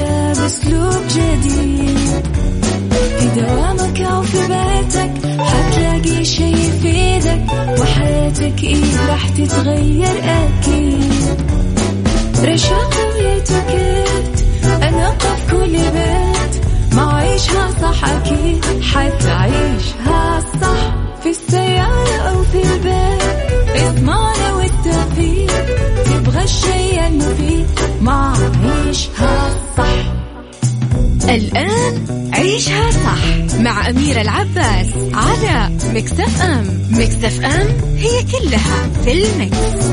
الحياة بأسلوب جديد. في دوامك أو في بيتك حتلاقي شي يفيدك، وحياتك إيه راح تتغير أكيد. رشاق ويتوكيت أنا قف كل بيت، ما عيشها صح أكيد حتعيشها صح. في السيارة أو في البيت اسمعنا والتوفيق، تبغى الشيء المفيد ما عيشها صح. الآن عيشها صح مع أميرة العباس على ميكس اف ام. ميكس اف ام هي كلها في الميكس.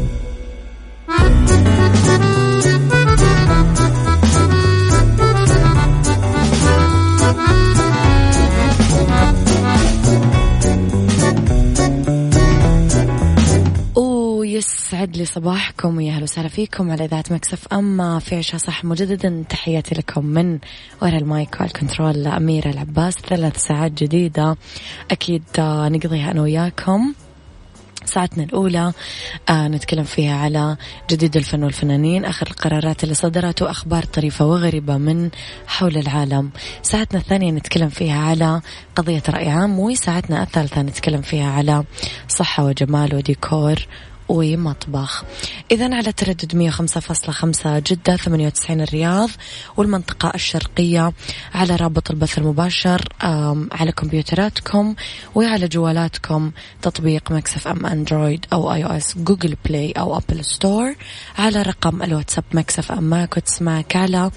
يسعد لي صباحكم ويا أهلا وسهلا فيكم على إذاعة ميكس اف ام في عيشها صح. مجددا تحياتي لكم من وراء المايك والكنترول أميرة العباس. 3 ساعات جديدة أكيد نقضيها أنا وياكم. ساعتنا الأولى نتكلم فيها على جديد الفن والفنانين، آخر القرارات اللي صدرت وأخبار طريفة وغريبة من حول العالم. ساعتنا الثانية نتكلم فيها على قضية رأي عام، وساعتنا الثالثة نتكلم فيها على صحة وجمال وديكور ومطبخ. إذن على تردد 105.5 جدة، 98 الرياض والمنطقة الشرقية، على رابط البث المباشر على كمبيوتراتكم وعلى جوالاتكم تطبيق ميكس اف ام اندرويد أو اي او اس، جوجل بلاي أو أبل ستور، على رقم الواتساب ميكس اف ام معك وتسمعك على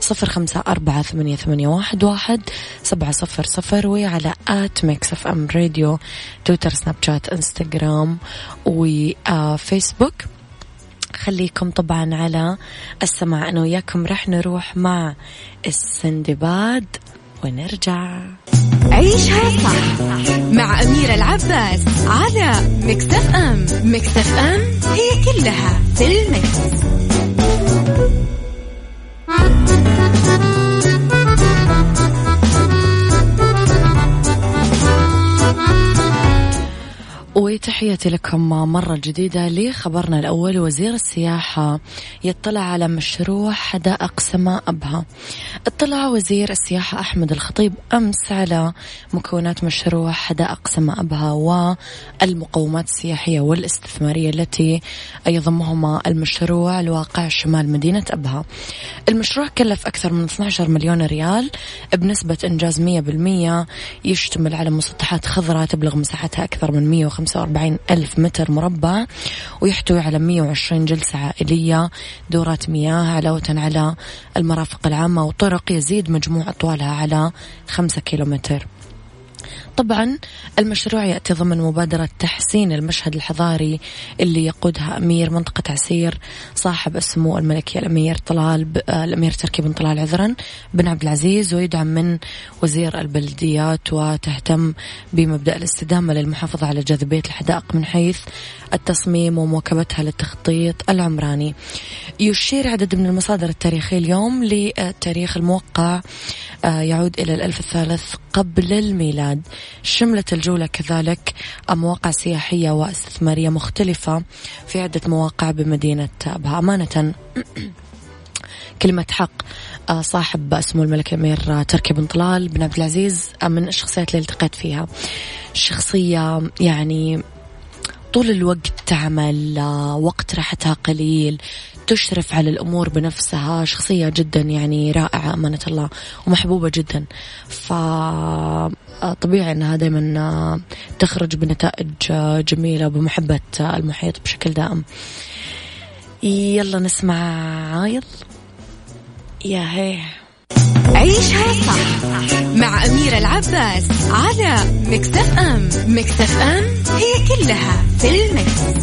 0548811700 وعلى آت ميكس اف ام راديو، تويتر، سناب شات، انستغرام وفيسبوك. خليكم طبعا على السماع. أنا وياكم رح نروح مع السندباد ونرجع. عيشها صح مع أميرة العباس على ميكس اف ام. ميكس اف ام هي كلها في الميكس. وتحياتي لكم مرة جديدة. لخبرنا الأول، وزير السياحة يطلع على مشروع حدائق سماء أبها. اطلع وزير السياحة أحمد الخطيب أمس على مكونات مشروع حدائق سماء أبها والمقومات السياحية والاستثمارية التي يضمهما المشروع الواقع شمال مدينة أبها. المشروع كلف أكثر من 12 مليون ريال بنسبة إنجاز 100%، يشتمل على مسطحات خضراء تبلغ مساحتها أكثر من 145 ألف متر مربع، ويحتوي على 120 جلسة عائلية، دورات مياه، علاوة على المرافق العامة وطرق يزيد مجموع طوالها على 5 كيلومتر. طبعا المشروع يأتي ضمن مبادرة تحسين المشهد الحضاري اللي يقودها أمير منطقة عسير صاحب السمو الملكي الأمير تركي بن طلال بن عبد العزيز، ويدعم من وزير البلديات، وتهتم بمبدأ الاستدامة للمحافظة على جاذبية الحدائق من حيث التصميم ومواكبتها للتخطيط العمراني. يشير عدد من المصادر التاريخية اليوم لتاريخ الموقع يعود إلى 1000 الثالث قبل الميلاد. شملت الجولة كذلك مواقع سياحية واستثمارية مختلفة في عدة مواقع بمدينة أبها. أمانة كلمة حق صاحب اسمه الملك الأمير تركي بن طلال بن عبد العزيز من الشخصيات اللي التقيت فيها. شخصية يعني طول الوقت تعمل، وقت راحتها قليل، تشرف على الأمور بنفسها، شخصية جدا يعني رائعة أمانة الله ومحبوبة جدا. فطبيعي أنها دايما تخرج بنتائج جميلة بمحبة المحيط بشكل دائم. يلا نسمع عايض يا هي. عيشها صح مع أميرة العباس على ميكس اف ام. ميكس اف ام هي كلها في الميكس.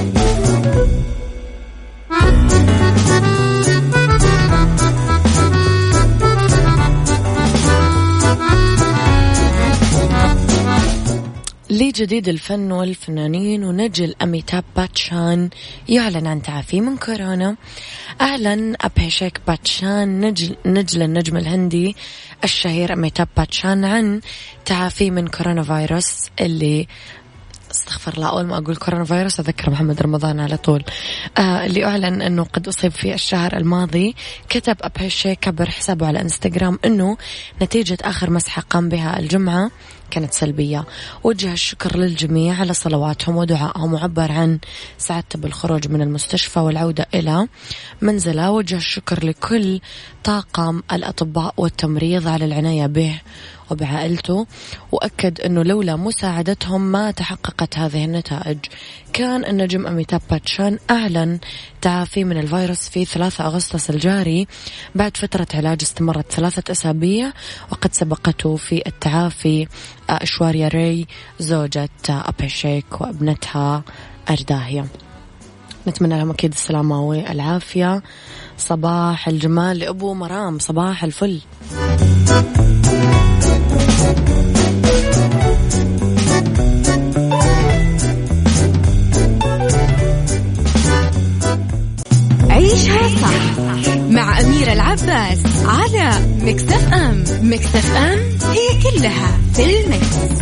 لجديد الفن والفنانين، ونجل أميتاب باتشان يعلن عن تعافيه من كورونا. أعلن أبهيشيك باتشان نجل النجم الهندي الشهير أميتاب باتشان عن تعافيه من كورونا فيروس اللي استغفر الله، أول ما أقول كورونا فيروس أذكر محمد رمضان على طول. اللي أعلن أنه قد أصيب في الشهر الماضي. كتب أبيشيك عبر حسابه على إنستغرام أنه نتيجة آخر مسحة قام بها الجمعة كانت سلبية. وجه الشكر للجميع على صلواتهم ودعائهم، وعبر عن سعادته بالخروج من المستشفى والعودة إلى منزله. وجه الشكر لكل طاقم الأطباء والتمريض على العناية به وبعائلته، وأكد أنه لولا مساعدتهم ما تحققت هذه النتائج. كان النجم أميتاب باتشان أعلن تعافي من الفيروس في 3 أغسطس الجاري بعد فترة علاج استمرت 3 أسابيع، وقد سبقته في التعافي إشواريا راي زوجة أبيشيك وابنتها أرداهية. نتمنى لهم أكيد السلامة والعافية. صباح الجمال لأبو مرام، صباح الفل. عيشها صح مع أميرة العباس على ميكس اف ام. ميكس اف ام هي كلها في الميكس.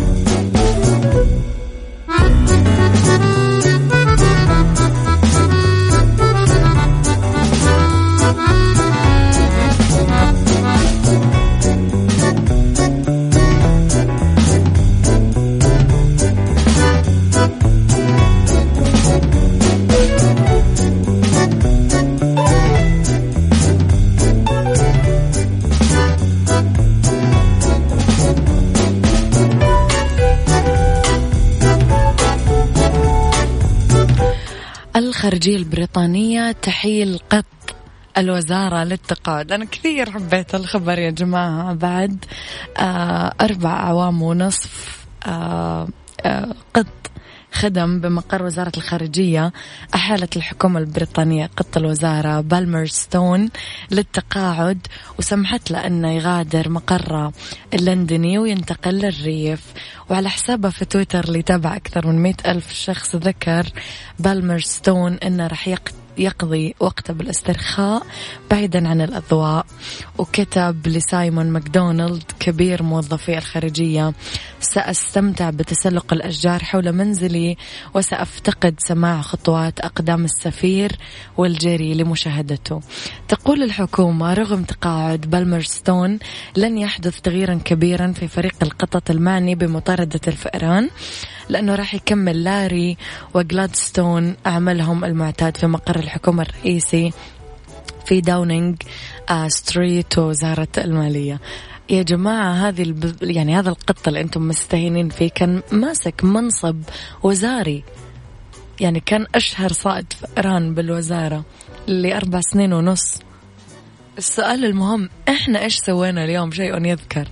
الخارجية البريطانية تحيل قط الوزارة للتقاعد. أنا كثير حبيت الخبر يا جماعة. بعد 4 أعوام ونصف قط خدم بمقر وزارة الخارجية، أحالت الحكومة البريطانية قط الوزارة بالمرستون للتقاعد، وسمحت له أنه يغادر مقره اللندني وينتقل للريف. وعلى حسابه في تويتر اللي تابع أكثر من 100,000 شخص، ذكر بالمرستون أنه رح يقضي وقته بالاسترخاء بعيدا عن الأضواء. وكتب لسايمون ماكدونالد كبير موظفي الخارجية: سأستمتع بتسلق الأشجار حول منزلي، وسأفتقد سماع خطوات أقدام السفير والجري لمشاهدته. تقول الحكومة رغم تقاعد بالمرستون لن يحدث تغييرا كبيرا في فريق القطط المعني بمطاردة الفئران، لأنه راح يكمل لاري وغلادستون أعمالهم المعتاد في مقر الحكومة الرئيسي في داونينج ستريت وزارة المالية. يا جماعة يعني هذا القط اللي أنتم مستهينين فيه كان ماسك منصب وزاري، يعني كان أشهر صائد فئران بالوزارة ل4 سنين ونص. السؤال المهم، إحنا إيش سوينا اليوم؟ شيء يذكر.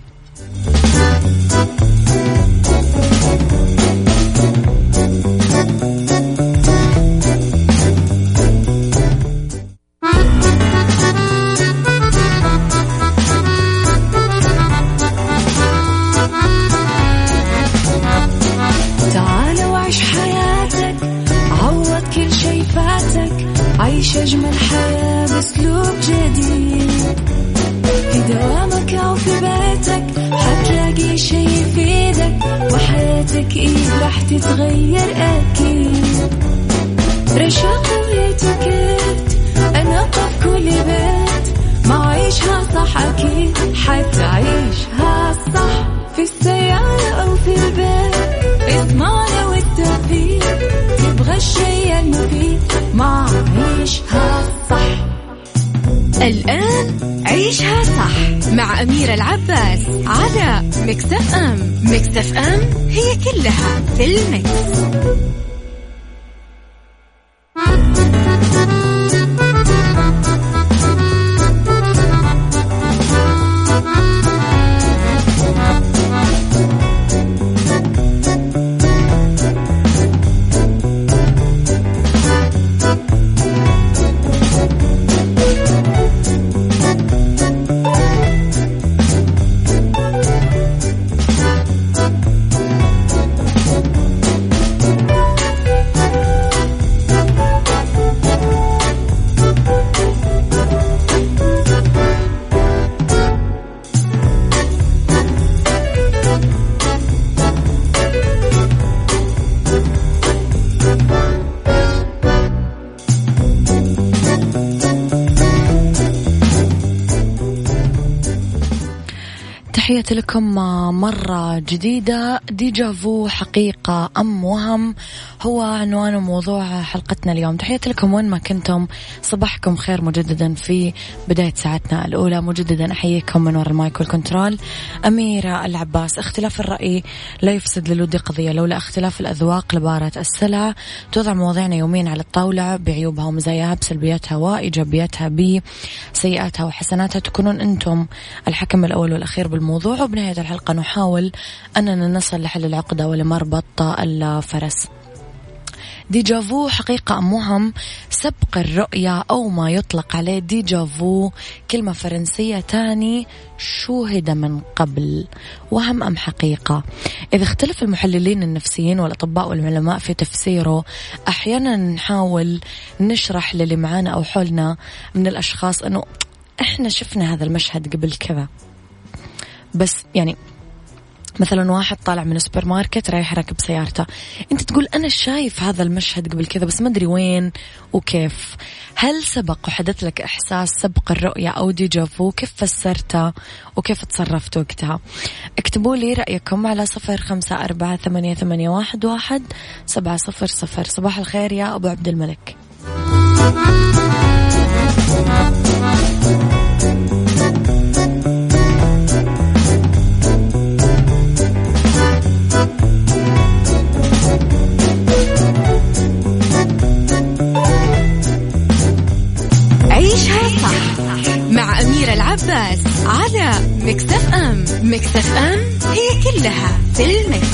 عيش أجمل حياة بأسلوب جديد، في دوامك أو في بيتك حتلاقي شي يفيدك، وحياتك راح تتغير أكيد. رشاق ويتوكيت أنا قف كل بيت، ما عيشها صح أكيد حتعيشها صح، في السيارة أو في البيت اسمعنا والتوفيق، تبغى الشيء المفيد ما عيشها صح. الآن عيشها صح مع أميرة العباس على ميكس اف ام. ميكس اف ام هي كلها في الميكس. تحياتي لكم مرة جديدة. ديجافو حقيقة أم وهم هو عنوان موضوع حلقتنا اليوم. تحياتي لكم وين ما كنتم، صباحكم خير مجددا في بداية ساعتنا الأولى. مجددا أحييكم من وراء المايك والكنترول أميرة العباس. اختلاف الرأي لا يفسد للود قضية، لولا اختلاف الأذواق لبارة السلع. توضع مواضيعنا يومين على الطاولة بعيوبها ومزاياها، بسلبياتها وإيجابياتها، بسيئاتها وحسناتها. تكونون أنتم الحكم الأول والأخير بالموضوع، وبنهاية الحلقة نحاول أننا نصل لحل العقدة ولمربط الفرس. ديجافو حقيقة أم وهم؟ سبق الرؤية أو ما يطلق عليه ديجافو كلمة فرنسية تعني شوهد من قبل. وهم أم حقيقة؟ إذا اختلف المحللين النفسيين والأطباء والعلماء في تفسيره، أحيانا نحاول نشرح للي معانا أو حولنا من الأشخاص أنه إحنا شفنا هذا المشهد قبل كذا. بس يعني مثلا واحد طالع من السوبر ماركت رايح راكب سيارته، انت تقول انا شايف هذا المشهد قبل كذا بس ما ادري وين وكيف. هل سبق وحدث لك احساس سبق الرؤية او ديجافو؟ كيف فسرته وكيف تصرفت وقتها؟ اكتبوا لي رأيكم على 0548811700. صباح الخير يا ابو عبد الملك. عيشها صح مع أميرة العباس على ميكس اف ام. ميكس اف ام هي كلها في الميكس.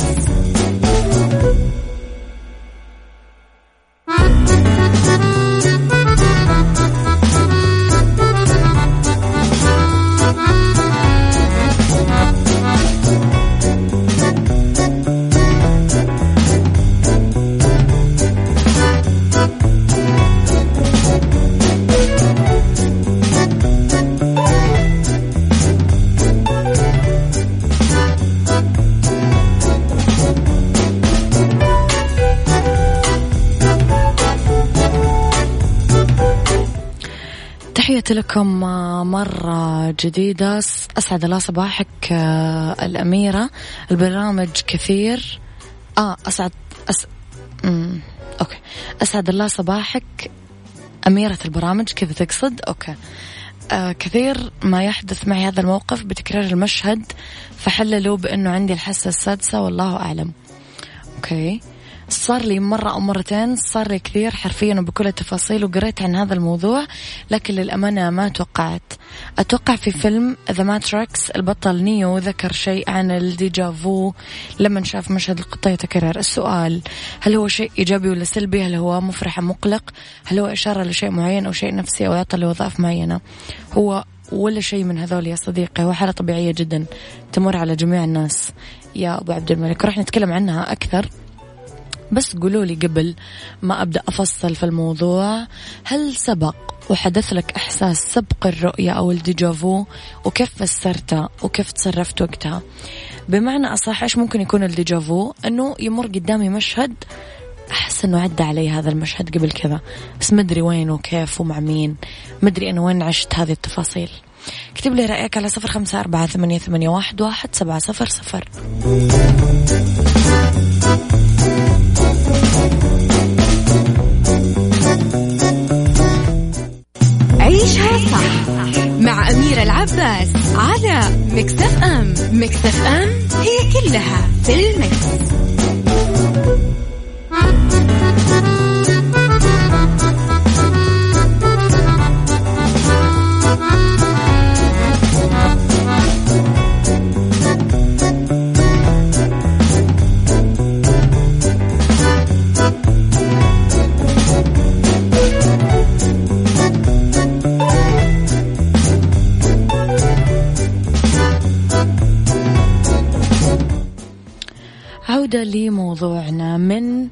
تحياتي لكم مرة جديدة. أسعد الله صباحك الأميرة. البرامج كثير أسعد الله صباحك أميرة البرامج، كذا تقصد؟ أوكي. كثير ما يحدث معي هذا الموقف بتكرار المشهد، فحللوا بأنه عندي الحاسة السادسة والله أعلم. أوكي، صار لي مرة أو مرتين، صار لي كثير حرفيا وبكل التفاصيل، وقريت عن هذا الموضوع لكن للأمانة ما توقعت. أتوقع في فيلم ذا ماتريكس البطل نيو ذكر شيء عن الديجافو لما شاف مشهد القطة يتكرر. السؤال: هل هو شيء إيجابي ولا سلبي؟ هل هو مفرح أم مقلق؟ هل هو إشارة لشيء معين أو شيء نفسي أو يعطي لوظائف معينة؟ هو ولا شيء من هذول يا صديقي؟ هو حالة طبيعية جدا تمر على جميع الناس يا أبو عبد الملك، ورح نتكلم عنها أكثر. بس قولوا لي قبل ما أبدأ أفصل في الموضوع، هل سبق وحدث لك إحساس سبق الرؤية أو الديجافو؟ وكيف فسرته وكيف تصرفت وقتها؟ بمعنى أصح، إيش ممكن يكون الديجافو؟ أنه يمر قدامي مشهد أحس أنه عدى علي هذا المشهد قبل كذا بس مدري وين وكيف ومع مين، مدري أنا وين عشت هذه التفاصيل. اكتب لي رأيك على 0548811700. عيشها صح مع أميرة العباس على ميكس اف ام. ميكس اف ام هي كلها في الميكس. عودة لموضوعنا. من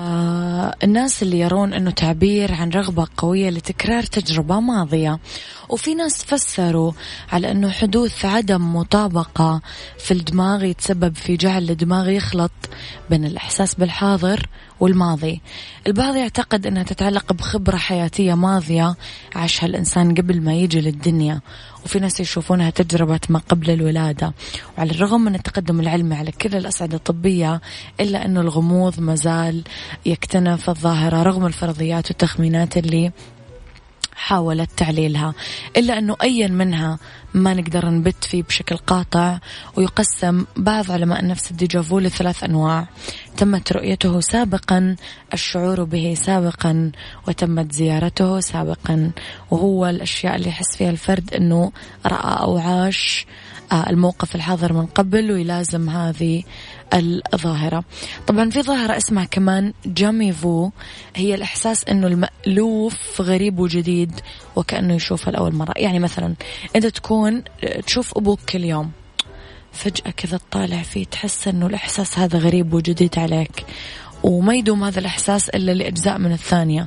الناس اللي يرون أنه تعبير عن رغبة قوية لتكرار تجربة ماضية، وفي ناس فسروا على أنه حدوث عدم مطابقة في الدماغ يتسبب في جعل الدماغ يخلط بين الإحساس بالحاضر والماضي. البعض يعتقد أنها تتعلق بخبرة حياتية ماضية عاشها الإنسان قبل ما يجي للدنيا، وفي ناس يشوفونها تجربة ما قبل الولادة. وعلى الرغم من التقدم العلمي على كل الأسعدة الطبية إلا أنه الغموض مازال يكتنف الظاهرة رغم الفرضيات والتخمينات اللي حاولت تعليلها، إلا أنه أي منها ما نقدر نبت فيه بشكل قاطع. ويقسم بعض علماء النفس الديجافو لثلاث أنواع: تمت رؤيته سابقا، الشعور به سابقا، وتمت زيارته سابقا. وهو الأشياء اللي يحس فيها الفرد أنه رأى أو عاش الموقف الحاضر من قبل ويلازم هذه الظاهرة. طبعا في ظاهرة اسمها كمان جاميفو، هي الإحساس أنه المألوف غريب وجديد وكأنه يشوفه لأول مرة. يعني مثلا أنت تكون تشوف أبوك كل يوم، فجأة كذا تطالع فيه تحس أنه الإحساس هذا غريب وجديد عليك، وما يدوم هذا الإحساس إلا لأجزاء من الثانية.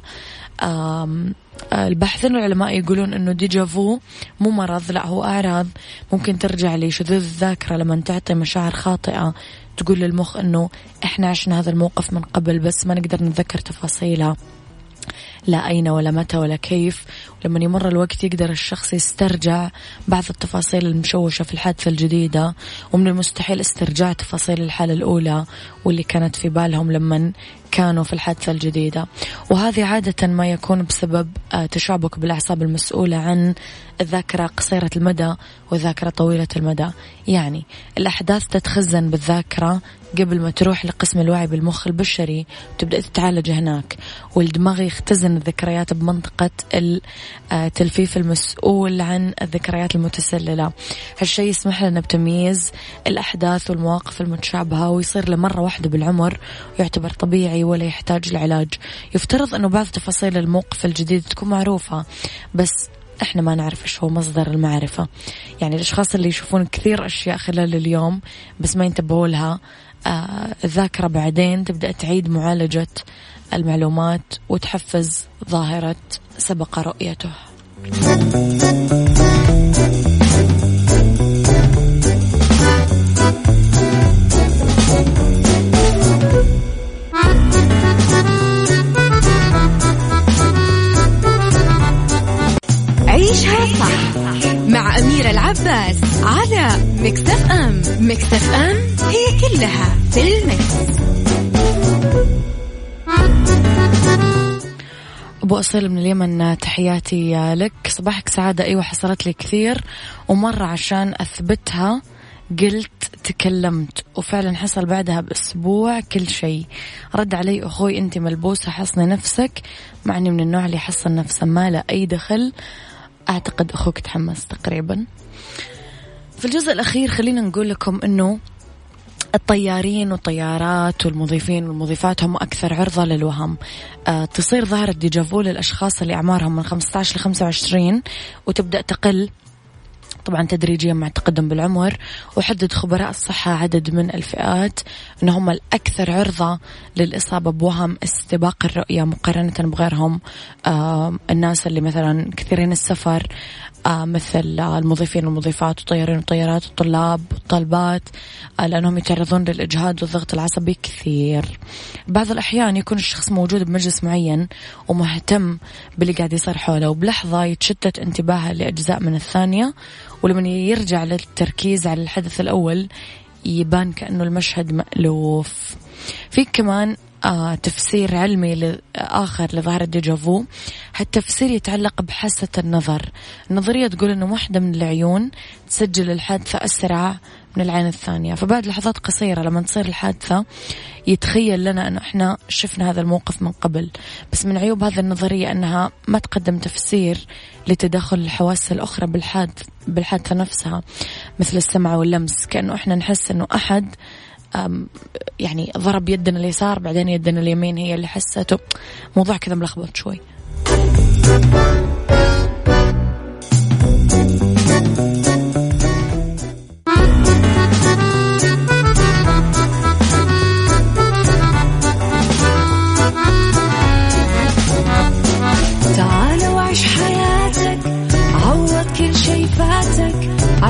الباحثين والعلماء يقولون أنه ديجافو مو مرض، لا هو أعراض ممكن ترجع لشذوذ الذاكرة لما تعطي مشاعر خاطئة تقول للمخ أنه إحنا عشنا هذا الموقف من قبل بس ما نقدر نتذكر تفاصيلها، لا أين ولا متى ولا كيف. ولما يمر الوقت يقدر الشخص يسترجع بعض التفاصيل المشوشة في الحادثة الجديدة، ومن المستحيل استرجاع تفاصيل الحالة الأولى واللي كانت في بالهم لما كانوا في الحادثة الجديدة. وهذه عادة ما يكون بسبب تشابك بالأعصاب المسؤولة عن الذاكرة قصيرة المدى والذاكرة طويلة المدى. يعني الأحداث تتخزن بالذاكرة قبل ما تروح لقسم الوعي بالمخ البشري وتبدأ تتعالج هناك، والدماغ يختزن الذكريات بمنطقة التلفيف المسؤول عن الذكريات المتسللة. هالشيء يسمح لنا بتمييز الأحداث والمواقف المتشابهة، ويصير لمرة واحدة بالعمر ويعتبر طبيعي ولا يحتاج لعلاج. يفترض أنه بعض تفاصيل الموقف الجديد تكون معروفة بس إحنا ما نعرف إيش هو مصدر المعرفة. يعني الأشخاص اللي يشوفون كثير أشياء خلال اليوم بس ما ينتبهوا لها، الذاكرة بعدين تبدأ تعيد معالجة المعلومات وتحفز ظاهرة سبق رؤيته. عيشها صح مع أميرة العباس على ميكس اف ام. ميكس اف ام هي كلها في الميكس. أبو أصيل من اليمن، تحياتي لك، صباحك سعادة. أيوة حصلت لي كثير ومرة عشان أثبتها قلت تكلمت، وفعلا حصل بعدها بأسبوع كل شيء. رد علي أخوي أنت ملبوسة حصني نفسك، معني من النوع اللي يحصن نفسه ما له أي دخل. أعتقد أخوك تحمس تقريبا. في الجزء الأخير خلينا نقول لكم أنه الطيارين والطيارات والمضيفين والمضيفات هم أكثر عرضة للوهم. تصير ظاهرة ديجافو للأشخاص اللي أعمارهم من 15 ل 25 وتبدأ تقل طبعا تدريجيا مع التقدم بالعمر. وحدد خبراء الصحة عدد من الفئات أنهم الأكثر عرضة للإصابة بوهم استباق الرؤية مقارنة بغيرهم. الناس اللي مثلا كثيرين السفر، مثل المضيفين والمضيفات والطيارين والطيارات والطلاب والطالبات، لأنهم يتعرضون للإجهاد والضغط العصبي كثير. بعض الأحيان يكون الشخص موجود بمجلس معين ومهتم باللي قاعد يصير حوله، وبلحظة يتشتت انتباهه لأجزاء من الثانية، ولما يرجع للتركيز على الحدث الأول يبان كأنه المشهد مألوف. في كمان تفسير علمي آخر لظاهرة ديجافو. هالتفسير يتعلق بحاسة النظر. النظرية تقول أنه واحدة من العيون تسجل الحادثة أسرع من العين الثانية، فبعد لحظات قصيرة لما تصير الحادثة يتخيل لنا أنه إحنا شفنا هذا الموقف من قبل. بس من عيوب هذه النظرية أنها ما تقدم تفسير لتدخل الحواس الأخرى بالحادثة نفسها، مثل السمع واللمس. كأنه إحنا نحس أنه أحد يعني ضرب يدنا اليسار بعدين يدنا اليمين هي اللي حسته. موضوع كذا ملخبط شوي. تعال وعيش حياتك، عوض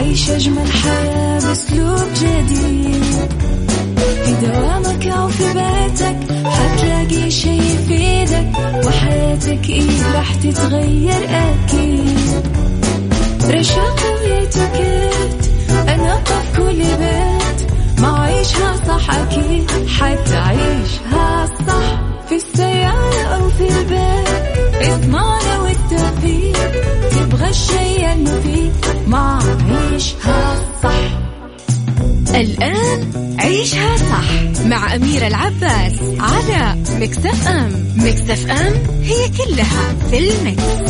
عيش أجمل حياة بأسلوب جديد. في دوامك أو في بيتك حتلاقي شي يفيدك، وحياتك إيه راح تتغير أكيد. رشاق ويتوكيت أنا قف كل بيت، ما عيشها صح أكيد حتعيشها صح. في السيارة أو في البيت اسمعنا والتوفيق، تبغى الشيء المفيد ما عيشها صح. الآن عيشها صح مع أميرة العباس على ميكس اف ام. ميكس اف ام هي كلها في الميكس.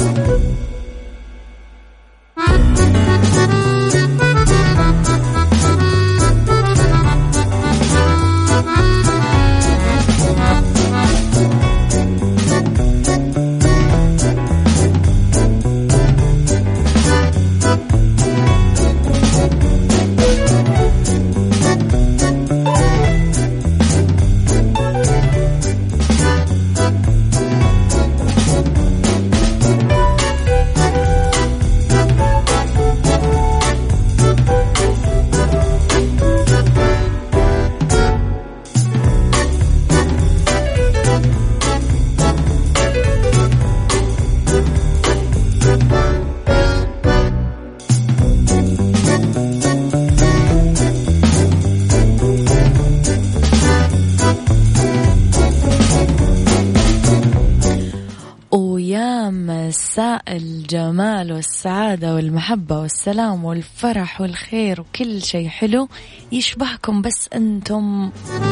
مساء الجمال والسعادة والمحبة والسلام والفرح والخير وكل شيء حلو يشبهكم بس أنتم.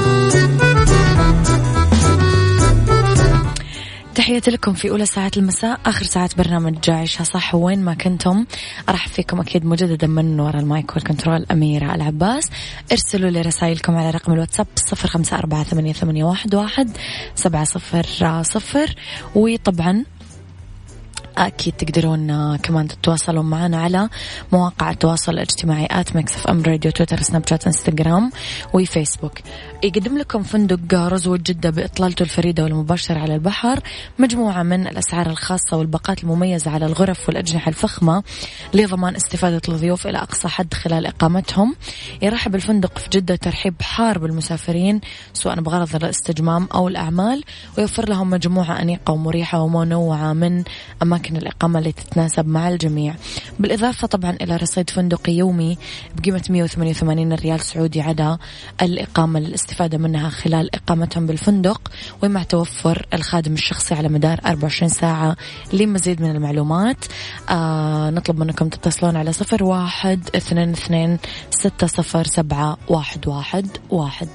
تحياتي لكم في أولى ساعات المساء، آخر ساعات برنامج عيشها صح وين ما كنتم. أرحب فيكم أكيد مجددا من وراء المايك والكنترول أميرة العباس. ارسلوا لي رسائلكم على رقم الواتساب 0548811700. وطبعا أكيد تقدرون كمان تتواصلون معنا على مواقع التواصل الاجتماعي @mixfm راديو، تويتر، سناب شات، انستغرام وفيسبوك. يقدم لكم فندق روزوود جدة بإطلالته الفريدة والمباشرة على البحر مجموعة من الأسعار الخاصة والباقات المميزة على الغرف والأجنحة الفخمة لضمان استفادة الضيوف إلى أقصى حد خلال إقامتهم. يرحب الفندق في جدة ترحيب حار بالمسافرين سواء بغرض الاستجمام أو الأعمال، ويوفر لهم مجموعة أنيقة ومريحة ومنوعة من أماكن الإقامة اللي تتناسب مع الجميع، بالإضافة طبعا إلى رصيد فندقي يومي بقيمة 188 ريال سعودي على الإقامة للاستفادة منها خلال إقامتهم بالفندق، ومع توفر الخادم الشخصي على مدار 24 ساعة. لمزيد من المعلومات نطلب منكم تتصلون على 0122607111.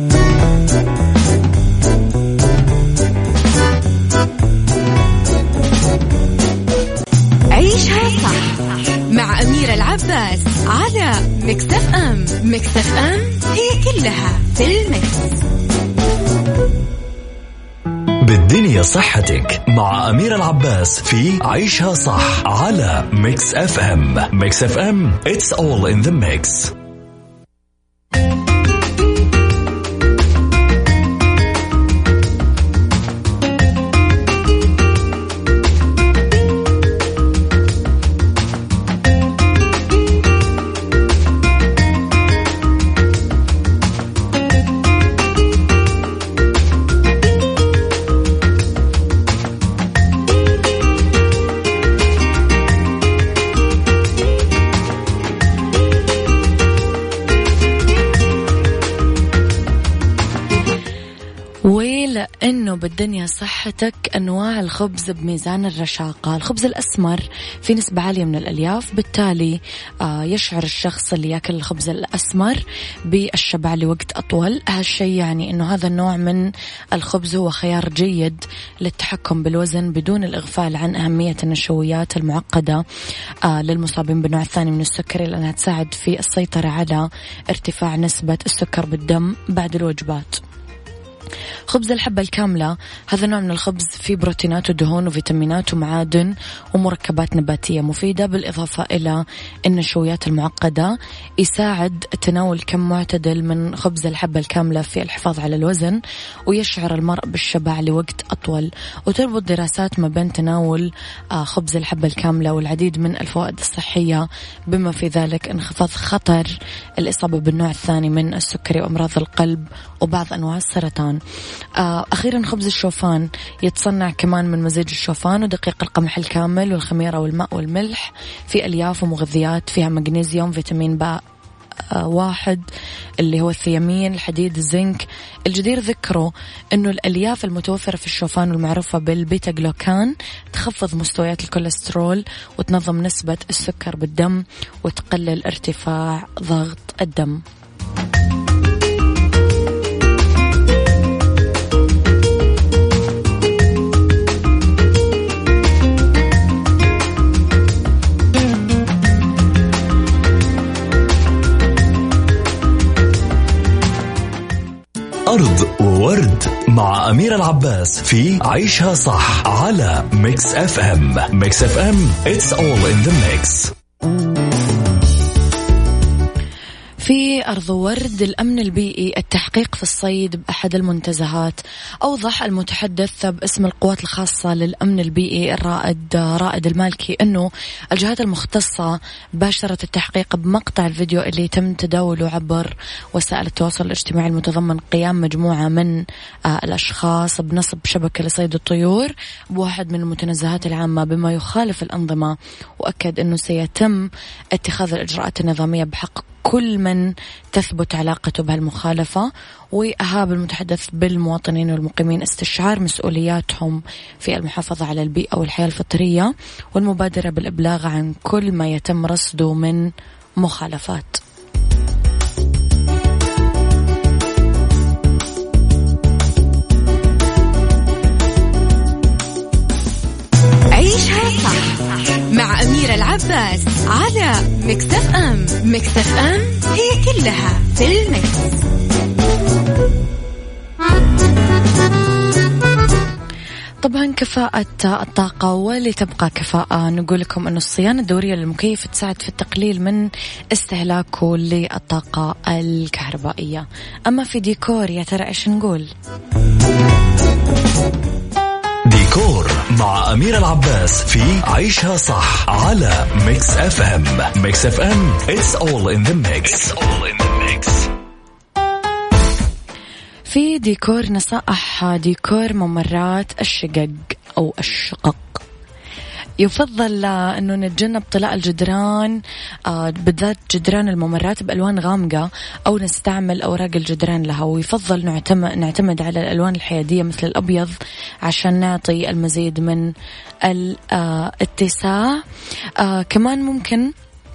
عيشها صح مع أميرة العباس على ميكس اف ام. ميكس اف ام هي كلها في الميكس. بالدنيا صحتك مع أميرة العباس في عيشها صح على ميكس اف ام. ميكس اف ام it's all in the mix. إنه بالدنيا صحتك أنواع الخبز بميزان الرشاقة. الخبز الأسمر في نسبة عالية من الألياف، بالتالي يشعر الشخص اللي يأكل الخبز الأسمر بالشبع لوقت أطول. هالشيء يعني إنه هذا النوع من الخبز هو خيار جيد للتحكم بالوزن بدون الإغفال عن أهمية النشويات المعقدة للمصابين بالنوع الثاني من السكري، لأنها تساعد في السيطرة على ارتفاع نسبة السكر بالدم بعد الوجبات. خبز الحبة الكاملة هذا نوع من الخبز فيه بروتينات ودهون وفيتامينات ومعادن ومركبات نباتية مفيدة، بالإضافة إلى النشويات المعقدة. يساعد تناول كم معتدل من خبز الحبة الكاملة في الحفاظ على الوزن، ويشعر المرء بالشبع لوقت أطول. وتربط دراسات ما بين تناول خبز الحبة الكاملة والعديد من الفوائد الصحية، بما في ذلك انخفاض خطر الإصابة بالنوع الثاني من السكري وأمراض القلب وبعض أنواع السرطان. أخيرا خبز الشوفان يتصنع كمان من مزيج الشوفان ودقيق القمح الكامل والخميرة والماء والملح، في ألياف ومغذيات فيها مغنيسيوم، فيتامين ب 1 اللي هو الثيامين، الحديد، الزنك. الجدير ذكره أنه الألياف المتوفرة في الشوفان والمعروفة بالبيتا جلوكان تخفض مستويات الكوليسترول وتنظم نسبة السكر بالدم وتقلل ارتفاع ضغط الدم. أرض وورد مع أميرة العباس في عيشها صح على ميكس اف ام. ميكس اف ام it's all in the mix. في أرض ورد الأمن البيئي التحقيق في الصيد بأحد المنتزهات. أوضح المتحدث باسم القوات الخاصة للأمن البيئي رائد المالكي أنه الجهات المختصة باشرت التحقيق بمقطع الفيديو اللي تم تداوله عبر وسائل التواصل الاجتماعي المتضمن قيام مجموعة من الأشخاص بنصب شبكة لصيد الطيور بواحد من المتنزهات العامة بما يخالف الأنظمة، وأكد أنه سيتم اتخاذ الإجراءات النظامية بحق كل من تثبت علاقته بهالمخالفة. وأهاب المتحدث بالمواطنين والمقيمين استشعار مسؤولياتهم في المحافظة على البيئة والحياة الفطرية والمبادرة بالإبلاغ عن كل ما يتم رصده من مخالفات. عيشها صح مع أميرة العباس على ميكس اف ام. ميكس اف ام هي كلها في الميكس. طبعا كفاءة الطاقة ولتبقى كفاءة نقول لكم أن الصيانة الدورية للمكيف تساعد في التقليل من استهلاكه للطاقة الكهربائية. أما في ديكور يا ترى إيش نقول؟ ديكور مع أميرة العباس في عيشها صح على ميكس اف ام. ميكس اف ام it's all in the mix. في ديكور نصائح ديكور ممرات الشقق أو الشقق. يفضل أنه نتجنب طلاء الجدران بالذات جدران الممرات بألوان غامقة أو نستعمل أوراق الجدران لها، ويفضل نعتمد على الألوان الحيادية مثل الأبيض عشان نعطي المزيد من الاتساع. كمان ممكن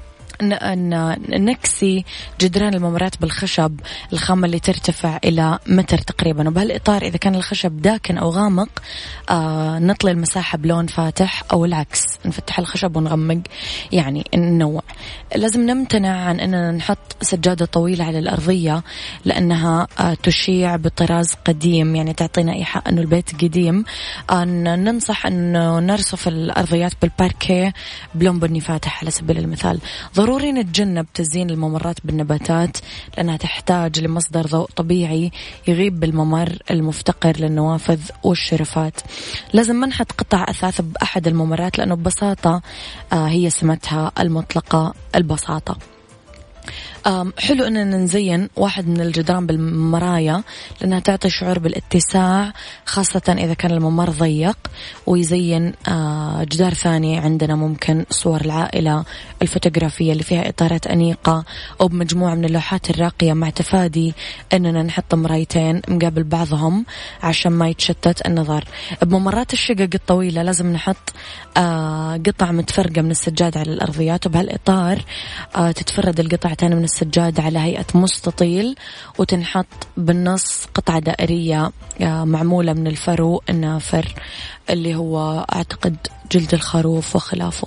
نكسي جدران الممرات بالخشب الخامة اللي ترتفع إلى متر تقريبا، وبهالإطار إذا كان الخشب داكن أو غامق نطلي المساحة بلون فاتح أو العكس نفتح الخشب ونغمق، يعني ننوع. لازم نمتنع عن أننا نحط سجادة طويلة على الأرضية لأنها تشيع بطراز قديم، يعني تعطينا إيحاء أنه البيت قديم. ننصح أنه نرصف الأرضيات بالباركيه بلون بني فاتح على سبيل المثال. ضروري نتجنب تزيين الممرات بالنباتات لأنها تحتاج لمصدر ضوء طبيعي يغيب بالممر المفتقر للنوافذ والشرفات. لازم ما نحط قطع أثاث بأحد الممرات لأنه ببساطة هي سمتها المطلقة البساطة. حلو أننا نزين واحد من الجدران بالمرايا لأنها تعطي شعور بالاتساع خاصة إذا كان الممر ضيق، ويزين جدار ثاني عندنا ممكن صور العائلة الفوتوغرافية اللي فيها إطارات أنيقة أو بمجموعة من اللوحات الراقية، مع تفادي أننا نحط مرايتين مقابل بعضهم عشان ما يتشتت النظر. بممرات الشقق الطويلة لازم نحط قطع متفرقة من السجادة على الأرضيات، وبهالإطار تتفرد القطعتين من السجادة على هيئة مستطيل وتنحط بالنص قطعة دائرية معمولة من الفرو النافر اللي هو أعتقد جلد الخروف وخلافه.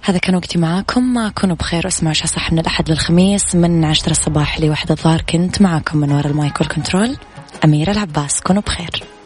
هذا كان وقتي معاكم، كونوا بخير واسمعوا عشاء صح من الأحد للخميس من 10 الصباح ل1 الظهر. كنت معاكم من وراء المايك والكنترول أميرة العباس. كونوا بخير.